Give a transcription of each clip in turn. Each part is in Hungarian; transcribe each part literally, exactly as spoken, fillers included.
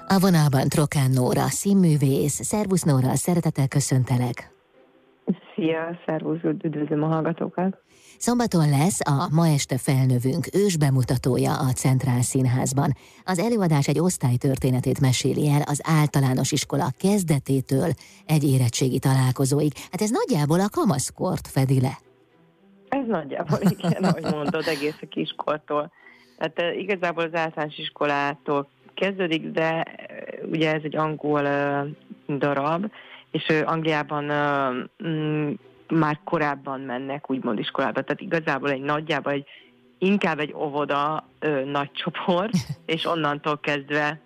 A vonalban Trokán Nóra, színművész. Szervusz Nóra, szeretettel köszöntelek. Szia, szervusz, üdvözlöm a hallgatókat. Szombaton lesz a Ma este felnövünk ősbemutatója a Centrál Színházban. Az előadás egy osztály történetét meséli el az általános iskola kezdetétől egy érettségi találkozóig. Hát ez nagyjából a kamaszkort fedi le. Ez nagyjából, igen, ahogy mondod, egész a kiskortól. Hát uh, igazából az általános iskolától kezdődik, de uh, ugye ez egy angol uh, darab, és uh, Angliában uh, mm, már korábban mennek úgymond iskolába, tehát igazából egy nagyjából egy, inkább egy óvoda uh, nagy csoport, és onnantól kezdve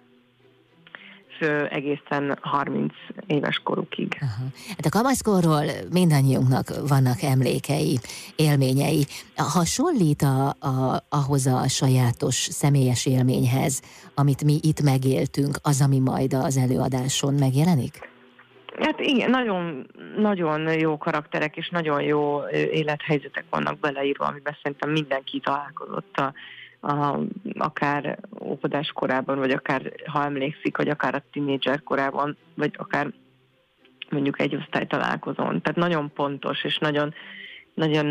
fő egészen harminc éves korukig. Aha. Hát a kamaszkorról mindannyiunknak vannak emlékei, élményei. Hasonlít a, a, ahhoz a sajátos személyes élményhez, amit mi itt megéltünk, az, ami majd az előadáson megjelenik? Hát igen, nagyon, nagyon jó karakterek és nagyon jó élethelyzetek vannak beleírva, amiben szerintem mindenki találkozott a A, akár óvodás korában, vagy akár, ha emlékszik, vagy akár a tínédzser korában, vagy akár mondjuk egy osztálytalálkozón. Tehát nagyon pontos, és nagyon, nagyon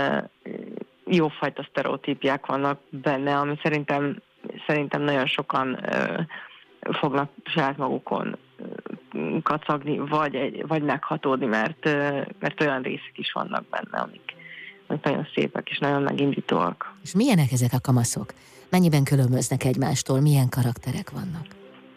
jófajta sztereotípiák vannak benne, ami szerintem, szerintem nagyon sokan uh, fognak saját magukon uh, kacagni, vagy, egy, vagy meghatódni, mert, uh, mert olyan részek is vannak benne, amik nagyon szépek és nagyon megindítóak. És milyenek ezek a kamaszok? Mennyiben különböznek egymástól? Milyen karakterek vannak?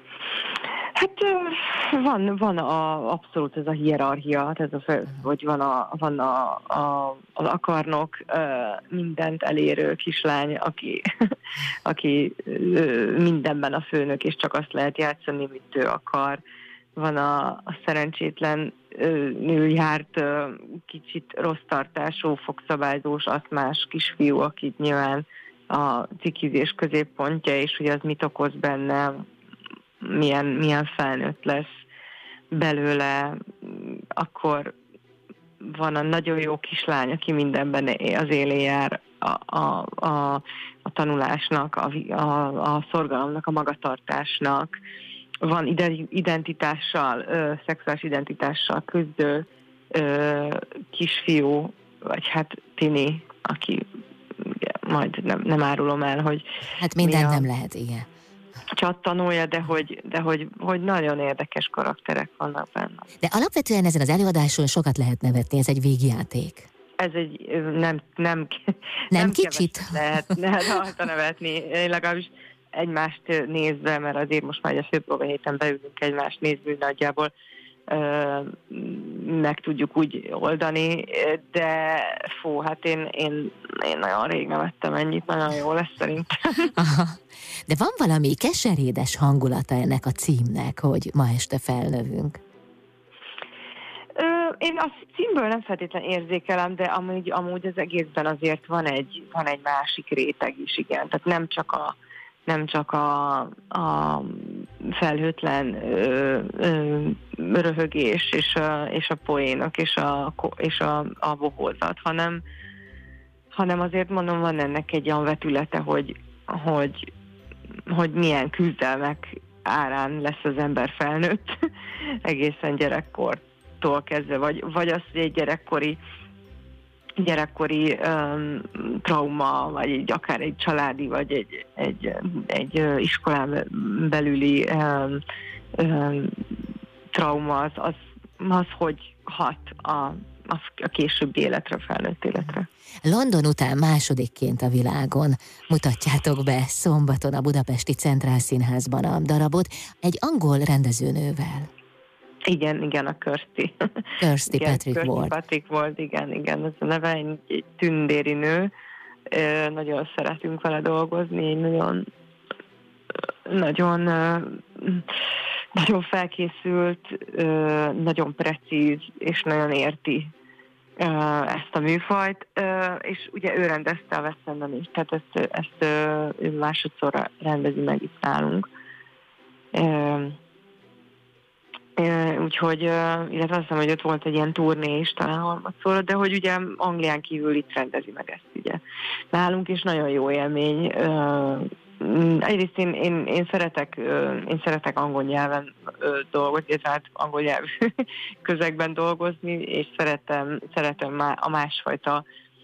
Hát van, van a, abszolút ez a hierarchia, ez a, hogy van, a, van a, a, az akarnok, mindent elérő kislány, aki, aki mindenben a főnök, és csak azt lehet játszani, amit ő akar. Van a, a szerencsétlen nő járt kicsit rossz tartású, fogszabályzós, asztmás kisfiú, akit nyilván a cikizés középpontja, és hogy az mit okoz benne, milyen, milyen felnőtt lesz belőle. Akkor van a nagyon jó kislány, aki mindenben az élén jár, a, a, a, a tanulásnak, a, a, a szorgalomnak, a magatartásnak. Van identitással, ö, szexuális identitással küzdő ö, kisfiú, vagy hát tini, aki ugye, majd nem, nem árulom el, hogy... Hát mindent nem lehet, igen. Csattanója, de, hogy, de hogy, hogy nagyon érdekes karakterek vannak benne. De alapvetően ezen az előadáson sokat lehet nevetni, ez egy végjáték. Ez egy nem... Nem, nem, nem kicsit? Lehet, lehet rajta nevetni, én legalábbis egymást nézve, mert azért most már a főpróba héten beülünk egymást nézve, nagyjából ö, meg tudjuk úgy oldani, de fú, hát én, én, én nagyon rég nem ettem ennyit, nagyon jó lesz szerintem. Aha. De van valami keserédes hangulata ennek a címnek, hogy ma este felnövünk? Ö, én a címből nem feltétlenül érzékelem, de amúgy, amúgy az egészben azért van egy, van egy másik réteg is, igen. Tehát nem csak a nem csak a, a felhőtlen ö, ö, röhögés és a, és a poénok és a, és a, a bohózat, hanem, hanem azért mondom, van ennek egy olyan vetülete, hogy, hogy, hogy milyen küzdelmek árán lesz az ember felnőtt, egészen gyerekkortól kezdve, vagy, vagy az, hogy egy gyerekkori gyerekkori um, trauma, vagy egy, akár egy családi, vagy egy, egy, egy uh, iskolán belüli um, um, trauma, az, az, az, hogy hat a, a, a későbbi életre, felnőtt életre. London után másodikként a világon mutatjátok be szombaton a Budapesti Centrál Színházban a darabot egy angol rendezőnővel. Igen, igen, a Kirsty. Kirsty igen, Patrick Kirsty Ward. Patrick Ward, igen, igen, ez a neve, egy, egy tündéri nő. Ö, nagyon szeretünk vele dolgozni, nagyon, nagyon, nagyon felkészült, ö, nagyon precíz, és nagyon érti ö, ezt a műfajt, ö, és ugye ő rendezte a West Enden is, tehát ezt, ezt ö, ő másodszor rendezi meg itt nálunk. Ö, Úgyhogy, illetve azt hiszem, hogy ott volt egy ilyen turné is talán harmadszor, de hogy ugye Anglián kívül itt rendezi meg ezt ugye nálunk, és nagyon jó élmény Egyrészt én, én, én, szeretek, én szeretek angol nyelven dolgozni, illetve hát angol nyelvű közegben dolgozni, és szeretem, szeretem a másfajta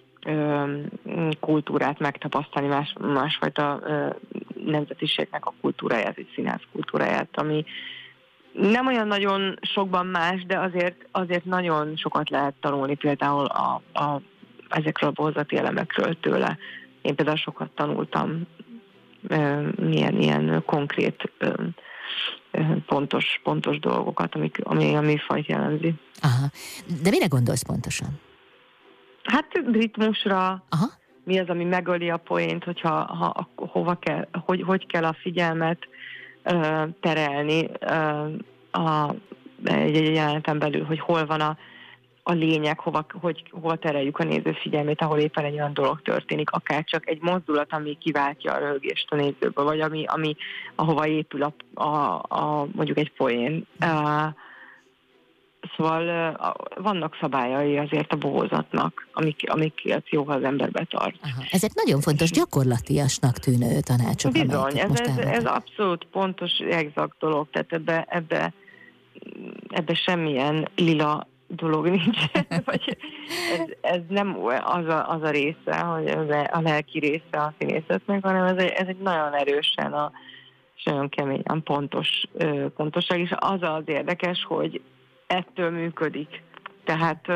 kultúrát megtapasztalni, más, másfajta nemzetiségnek a kultúráját, vagy színház kultúráját, ami nem olyan nagyon sokban más, de azért, azért nagyon sokat lehet tanulni például a, a, ezekről a borzati elemekről tőle. Én például sokat tanultam milyen ilyen konkrét pontos, pontos dolgokat, amik, ami a műfajt jellemzi. Aha. De mire gondolsz pontosan? Hát ritmusra, aha. Mi az, ami megöli a poént, hogyha ha, hova kell, hogy, hogy kell a figyelmet uh, terelni uh, a, egy, egy jeleneten belül, hogy hol van a, a lényeg, hova, hogy, hova tereljük a néző figyelmét, ahol éppen egy olyan dolog történik, akár csak egy mozdulat, ami kiváltja a röhögést a nézőből, vagy ami, ami ahova épül a, a, a, mondjuk egy poén. Uh, Szóval uh, vannak szabályai azért a bohózatnak, amik, amiket jó, ha az ember betart. Aha. Ezek nagyon fontos, gyakorlatiasnak tűnő tanácsok. Bizony, ez, ez, ez abszolút pontos, exakt dolog, tehát ebbe, ebbe, ebbe semmilyen lila dolog nincs. Vagy ez, ez nem az a, az a része, hogy ez a lelki része a színészetnek, hanem ez egy, ez egy nagyon erősen a, és nagyon keményen pontos pontosság, és az az érdekes, hogy ettől működik. Tehát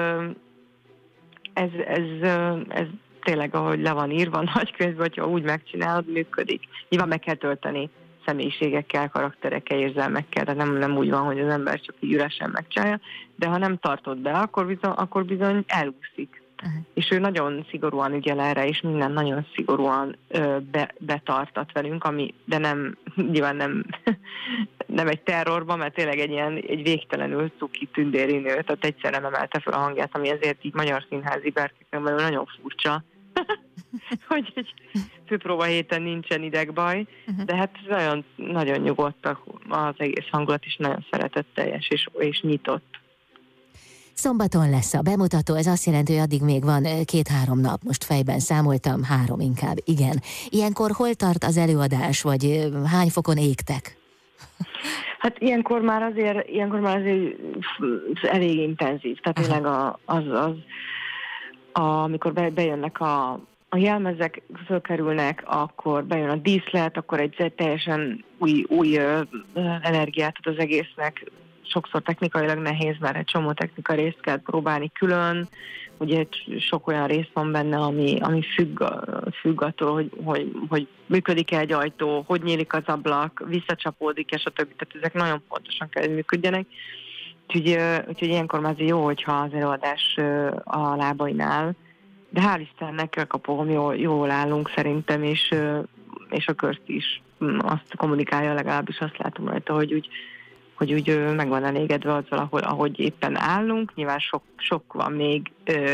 ez, ez, ez tényleg, ahogy le van írva nagy könyvben, hogyha úgy megcsinálod, működik. Nyilván meg kell tölteni személyiségekkel, karakterekkel, érzelmekkel, de nem, nem úgy van, hogy az ember csak így üresen megcsinálja, de ha nem tartod be, akkor bizony, akkor bizony elúszik. Uh-huh. És ő nagyon szigorúan ügyel erre, és minden nagyon szigorúan ö, be, betartat velünk, ami, de nem, nyilván nem, nem egy terrorban, mert tényleg egy ilyen egy végtelenül cuki tündéri nő, tehát egyszer nem emelte fel a hangját, ami ezért így magyar színházi berkeken belül nagyon furcsa, hogy egy főpróba héten nincsen idegbaj, uh-huh. de hát nagyon, nagyon nyugodt az egész hangulat, és nagyon szeretetteljes és, és nyitott. Szombaton lesz a bemutató, ez azt jelenti, hogy addig még van két-három nap, most fejben számoltam, három inkább, igen. Ilyenkor hol tart az előadás, vagy hány fokon égtek? Hát ilyenkor már azért, ilyenkor már azért elég intenzív, tehát tényleg a, az, az a, amikor be, bejönnek a, a jelmezek, fölkerülnek, akkor bejön a díszlet, akkor egy teljesen új, új ö, energiát ad az egésznek. Sokszor technikailag nehéz, mert egy csomó technika részt kell próbálni külön. Ugye sok olyan rész van benne, ami, ami függ, függ attól, hogy, hogy, hogy működik-e egy ajtó, hogy nyílik az ablak, visszacsapódik-e, stb. Tehát ezek nagyon pontosan kell, hogy működjenek. Úgyhogy, úgyhogy ilyenkor már jó, hogyha az előadás a lábainál. De hál' Istennek, kapom, jól, jól állunk szerintem, és, és a közt is azt kommunikálja, legalábbis azt látom rajta, hogy úgy hogy úgy meg van elégedve azzal, ahol, ahogy éppen állunk. Nyilván sok, sok van még,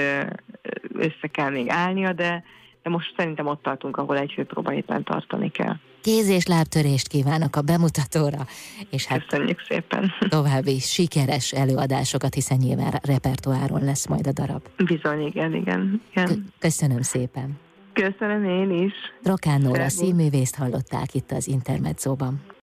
össze kell még állnia, de, de most szerintem ott tartunk, ahol egy főpróba héten tartani kell. Kéz- és lábtörést kívánok a bemutatóra, és hát köszönjük szépen. További sikeres előadásokat, hiszen nyilván repertoáron lesz majd a darab. Bizony, igen, igen. igen. Köszönöm szépen. Köszönöm én is. Rokán Nóra színművészt hallották itt az Intermedzóban.